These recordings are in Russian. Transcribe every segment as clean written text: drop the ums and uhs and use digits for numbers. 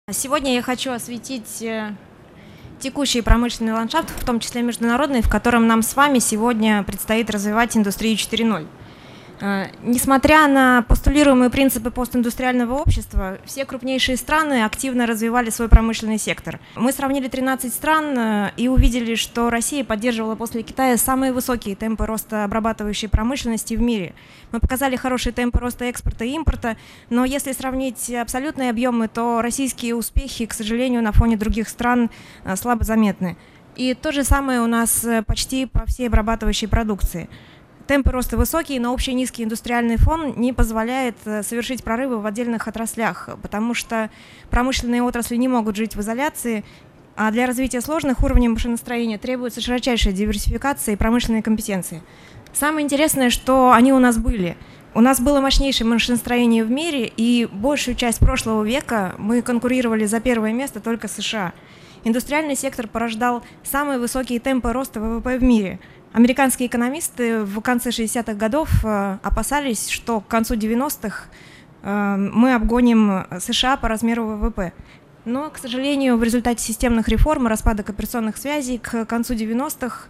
Сегодня я хочу осветить текущий промышленный ландшафт, в том числе международный, в котором нам с вами сегодня предстоит развивать индустрию 4.0. Несмотря на постулируемые принципы постиндустриального общества, все крупнейшие страны активно развивали свой промышленный сектор. Мы сравнили 13 стран и увидели, что Россия поддерживала после Китая самые высокие темпы роста обрабатывающей промышленности в мире. Мы показали хорошие темпы роста экспорта и импорта, но если сравнить абсолютные объемы, то российские успехи, к сожалению, на фоне других стран слабо заметны. И то же самое у нас почти по всей обрабатывающей продукции. Темпы роста высокие, но общий низкий индустриальный фон не позволяет совершить прорывы в отдельных отраслях, потому что промышленные отрасли не могут жить в изоляции, а для развития сложных уровней машиностроения требуется широчайшая диверсификация и промышленные компетенции. Самое интересное, что они у нас были. У нас было мощнейшее машиностроение в мире, и большую часть прошлого века мы конкурировали за первое место только с США. Индустриальный сектор порождал самые высокие темпы роста ВВП в мире. Американские экономисты в конце 60-х годов опасались, что к концу 90-х мы обгоним США по размеру ВВП. Но, к сожалению, в результате системных реформ и распада кооперационных связей к концу 90-х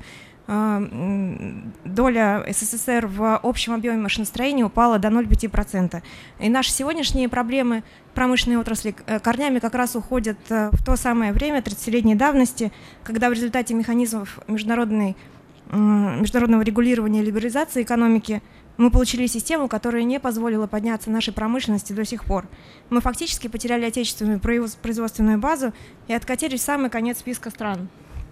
доля СССР в общем объеме машиностроения упала до 0,5%. И наши сегодняшние проблемы промышленной отрасли корнями как раз уходят в то самое время 30-летней давности, когда в результате механизмов международного регулирования и либерализации экономики мы получили систему, которая не позволила подняться нашей промышленности до сих пор. Мы фактически потеряли отечественную производственную базу и откатились в самый конец списка стран.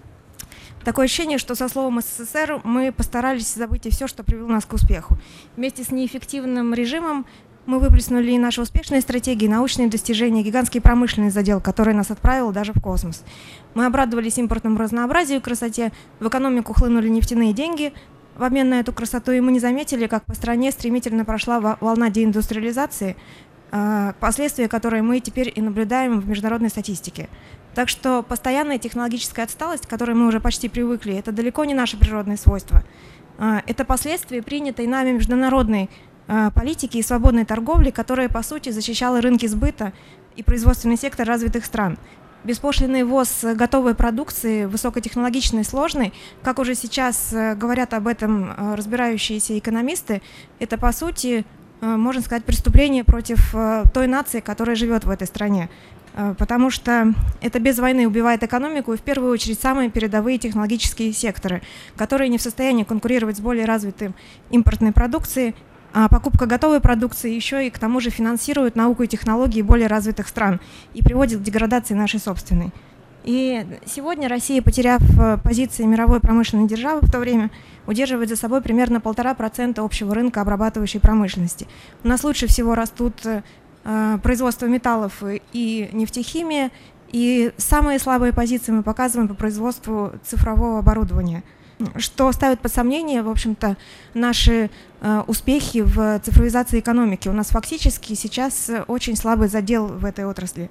Такое ощущение, что со словом СССР мы постарались забыть и все, что привело нас к успеху. Вместе с неэффективным режимом мы выплеснули и наши успешные стратегии, научные достижения, гигантский промышленный задел, который нас отправил даже в космос. Мы обрадовались импортному разнообразию и красоте, в экономику хлынули нефтяные деньги в обмен на эту красоту, и мы не заметили, как по стране стремительно прошла волна деиндустриализации, последствия которой мы теперь и наблюдаем в международной статистике. Так что постоянная технологическая отсталость, к которой мы уже почти привыкли, это далеко не наше природное свойство. Это последствия принятой нами международной политики и свободной торговли, которая, по сути, защищала рынки сбыта и производственный сектор развитых стран. Беспошлинный ввоз готовой продукции, высокотехнологичной, сложной, как уже сейчас говорят об этом разбирающиеся экономисты, это, по сути, можно сказать, преступление против той нации, которая живет в этой стране. Потому что это без войны убивает экономику и в первую очередь самые передовые технологические секторы, которые не в состоянии конкурировать с более развитой импортной продукцией, а покупка готовой продукции еще и к тому же финансирует науку и технологии более развитых стран и приводит к деградации нашей собственной. И сегодня Россия, потеряв позиции мировой промышленной державы в то время, удерживает за собой примерно 1,5% общего рынка обрабатывающей промышленности. У нас лучше всего растут производство металлов и нефтехимия, и самые слабые позиции мы показываем по производству цифрового оборудования, что ставит под сомнение, в общем-то, наши успехи в цифровизации экономики. У нас фактически сейчас очень слабый задел в этой отрасли.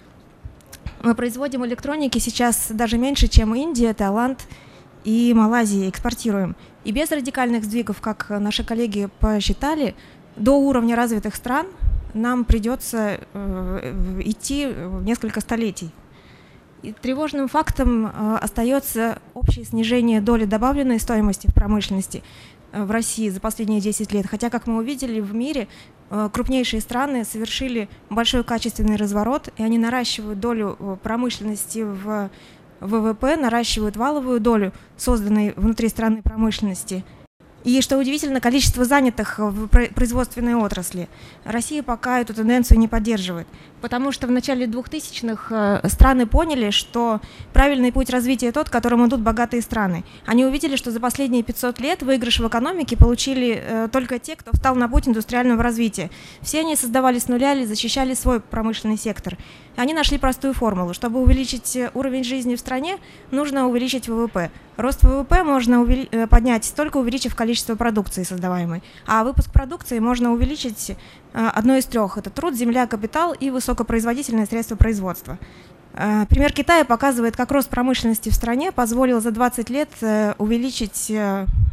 Мы производим электроники сейчас даже меньше, чем Индия, Таиланд и Малайзия, экспортируем. И без радикальных сдвигов, как наши коллеги посчитали, до уровня развитых стран нам придется идти несколько столетий. И тревожным фактом остается общее снижение доли добавленной стоимости в промышленности в России за последние 10 лет. Хотя, как мы увидели, в мире крупнейшие страны совершили большой качественный разворот, и они наращивают долю промышленности в ВВП, наращивают валовую долю созданной внутри страны промышленности. И, что удивительно, количество занятых в производственной отрасли. Россия пока эту тенденцию не поддерживает, потому что в начале 2000-х страны поняли, что правильный путь развития тот, которым идут богатые страны. Они увидели, что за последние 500 лет выигрыш в экономике получили только те, кто встал на путь индустриального развития. Все они создавали с нуля или защищали свой промышленный сектор. Они нашли простую формулу. Чтобы увеличить уровень жизни в стране, нужно увеличить ВВП. Рост ВВП можно поднять, только увеличив количество продукции создаваемой. А выпуск продукции можно увеличить одно из трех. Это труд, земля, капитал и высокопроизводительное средство производства. Пример Китая показывает, как рост промышленности в стране позволил за 20 лет увеличить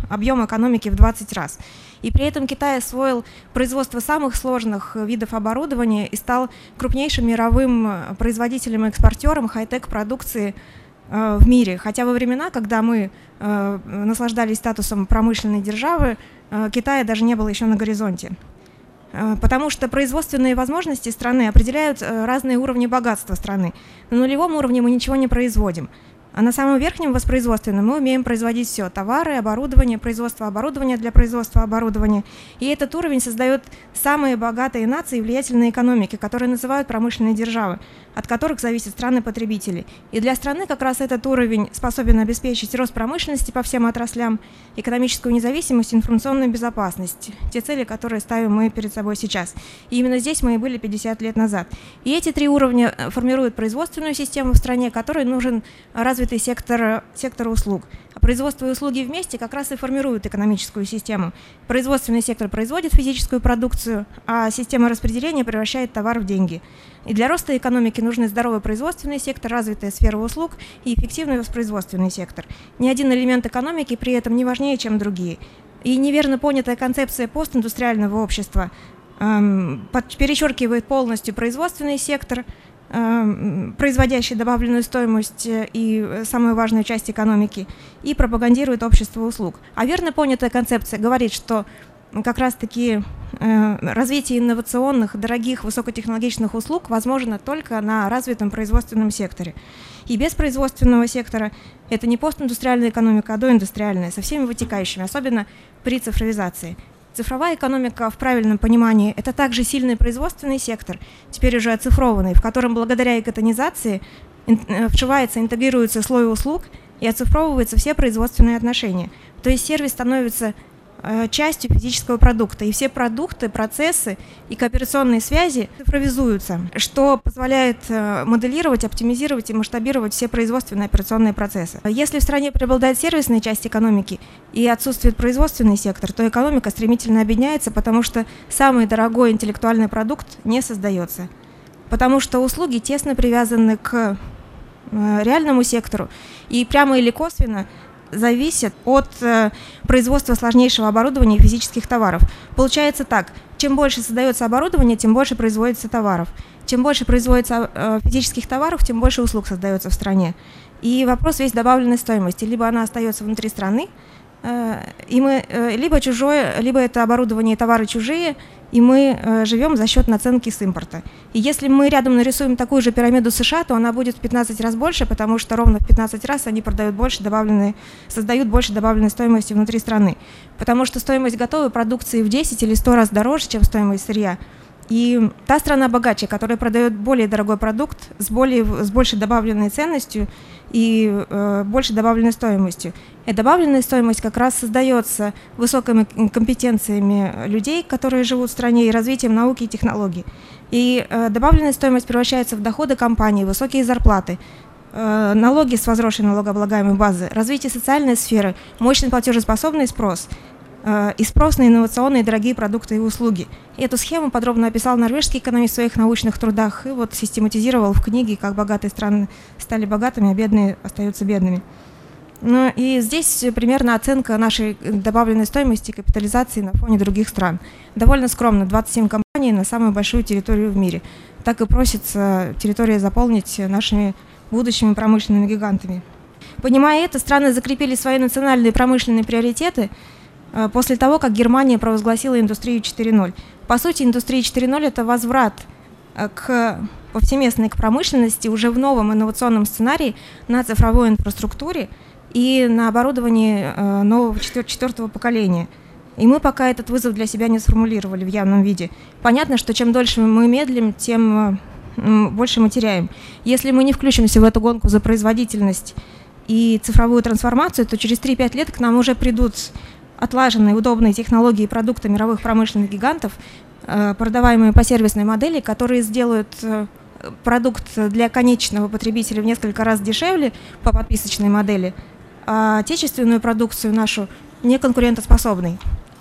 объем экономики в 20 раз. И при этом Китай освоил производство самых сложных видов оборудования и стал крупнейшим мировым производителем и экспортером хай-тек продукции в мире. Хотя во времена, когда мы наслаждались статусом промышленной державы, Китая даже не было еще на горизонте. Потому что производственные возможности страны определяют разные уровни богатства страны. На нулевом уровне мы ничего не производим. А на самом верхнем воспроизводственном мы умеем производить все: товары, оборудование, производство оборудования для производства оборудования. И этот уровень создает самые богатые нации и влиятельные экономики, которые называют промышленные державы, от которых зависят страны-потребители. И для страны как раз этот уровень способен обеспечить рост промышленности по всем отраслям, экономическую независимость, информационную безопасность, те цели, которые ставим мы перед собой сейчас. И именно здесь мы и были 50 лет назад. И эти три уровня формируют производственную систему в стране, которой нужен развитый сектор услуг. А производство и услуги вместе как раз и формируют экономическую систему. Производственный сектор производит физическую продукцию, а система распределения превращает товар в деньги. И для роста экономики нужны здоровый производственный сектор, развитая сфера услуг и эффективный воспроизводственный сектор. Ни один элемент экономики при этом не важнее, чем другие. И неверно понятая концепция постиндустриального общества перечеркивает полностью производственный сектор, производящий добавленную стоимость и самую важную часть экономики, и пропагандирует общество услуг. А верно понятая концепция говорит, что как раз-таки развитие инновационных, дорогих, высокотехнологичных услуг возможно только на развитом производственном секторе. И без производственного сектора это не постиндустриальная экономика, а доиндустриальная, со всеми вытекающими, особенно при цифровизации. Цифровая экономика в правильном понимании – это также сильный производственный сектор, теперь уже оцифрованный, в котором благодаря экотонизации вшивается, интегрируется слой услуг и оцифровываются все производственные отношения. То есть сервис становится частью физического продукта, и все продукты, процессы и кооперационные связи цифровизуются, что позволяет моделировать, оптимизировать и масштабировать все производственные операционные процессы. Если в стране преобладает сервисная часть экономики и отсутствует производственный сектор, то экономика стремительно обедняется, потому что самый дорогой интеллектуальный продукт не создается, потому что услуги тесно привязаны к реальному сектору и прямо или косвенно зависят от производства сложнейшего оборудования и физических товаров. Получается так: чем больше создается оборудование, тем больше производится товаров. Чем больше производится физических товаров, тем больше услуг создается в стране. И вопрос весь добавленной стоимости. Либо она остается внутри страны, и мы либо чужое, либо это оборудование и товары чужие, и мы живем за счет наценки с импорта. И если мы рядом нарисуем такую же пирамиду США, то она будет в 15 раз больше, потому что ровно в 15 раз они создают больше добавленной стоимости внутри страны. Потому что стоимость готовой продукции в 10 или 100 раз дороже, чем стоимость сырья. И та страна богаче, которая продает более дорогой продукт с большей добавленной ценностью и большей добавленной стоимостью. И добавленная стоимость как раз создается высокими компетенциями людей, которые живут в стране, и развитием науки и технологий. И добавленная стоимость превращается в доходы компаний, высокие зарплаты, налоги с возросшей налогооблагаемой базы, развитие социальной сферы, мощный платежеспособный спрос и спрос на инновационные дорогие продукты и услуги. И эту схему подробно описал норвежский экономист в своих научных трудах и вот систематизировал в книге, как богатые страны стали богатыми, а бедные остаются бедными. Ну и здесь примерно оценка нашей добавленной стоимости и капитализации на фоне других стран. Довольно скромно, 27 компаний на самую большую территорию в мире. Так и просится территория заполнить нашими будущими промышленными гигантами. Понимая это, страны закрепили свои национальные промышленные приоритеты после того, как Германия провозгласила индустрию 4.0. По сути, индустрия 4.0 – это возврат повсеместной к промышленности уже в новом инновационном сценарии на цифровой инфраструктуре и на оборудовании нового четвертого поколения. И мы пока этот вызов для себя не сформулировали в явном виде. Понятно, что чем дольше мы медлим, тем больше мы теряем. Если мы не включимся в эту гонку за производительность и цифровую трансформацию, то через 3-5 лет к нам уже придут отлаженные, удобные технологии и продукты мировых промышленных гигантов, продаваемые по сервисной модели, которые сделают продукт для конечного потребителя в несколько раз дешевле по подписочной модели, а отечественную продукцию нашу неконкурентоспособной.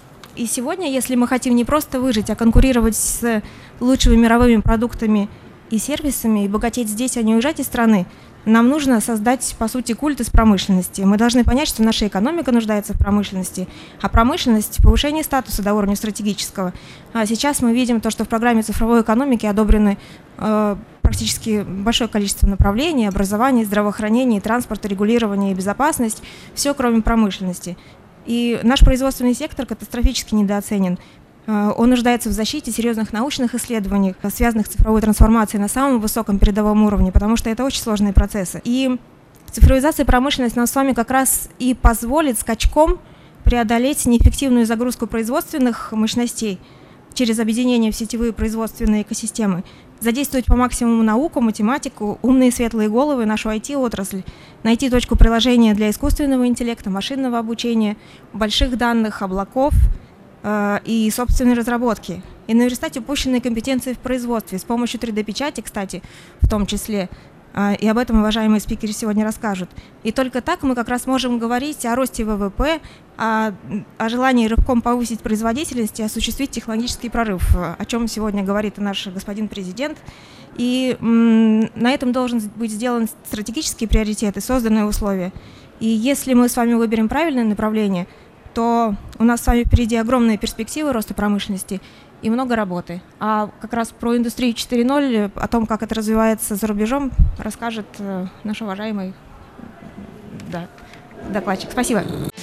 И сегодня, если мы хотим не просто выжить, а конкурировать с лучшими мировыми продуктами и сервисами, и богатеть здесь, а не уезжать из страны, Нам нужно создать, по сути, культ из промышленности. Мы должны понять, что наша экономика нуждается в промышленности, а промышленность в повышении статуса до уровня стратегического. А сейчас мы видим то, что в программе цифровой экономики одобрены практически большое количество направлений: образование, здравоохранение, транспорт, регулирование и безопасность, все кроме промышленности. И наш производственный сектор катастрофически недооценен. Он нуждается в защите, серьезных научных исследованиях, связанных с цифровой трансформацией на самом высоком передовом уровне, потому что это очень сложные процессы. И цифровизация промышленности нам с вами как раз и позволит скачком преодолеть неэффективную загрузку производственных мощностей через объединение в сетевые производственные экосистемы, задействовать по максимуму науку, математику, умные светлые головы, нашу IT-отрасль, найти точку приложения для искусственного интеллекта, машинного обучения, больших данных, облаков и собственной разработки. И наверстать упущенные компетенции в производстве с помощью 3D-печати, кстати, в том числе. И об этом уважаемые спикеры сегодня расскажут. И только так мы как раз можем говорить о росте ВВП, о желании рывком повысить производительность и осуществить технологический прорыв, о чем сегодня говорит и наш господин президент. И на этом должен быть сделан стратегический приоритет и созданы условия. И если мы с вами выберем правильное направление, то у нас с вами впереди огромные перспективы роста промышленности и много работы. А как раз про индустрию 4.0, о том, как это развивается за рубежом, расскажет наш уважаемый докладчик. Спасибо.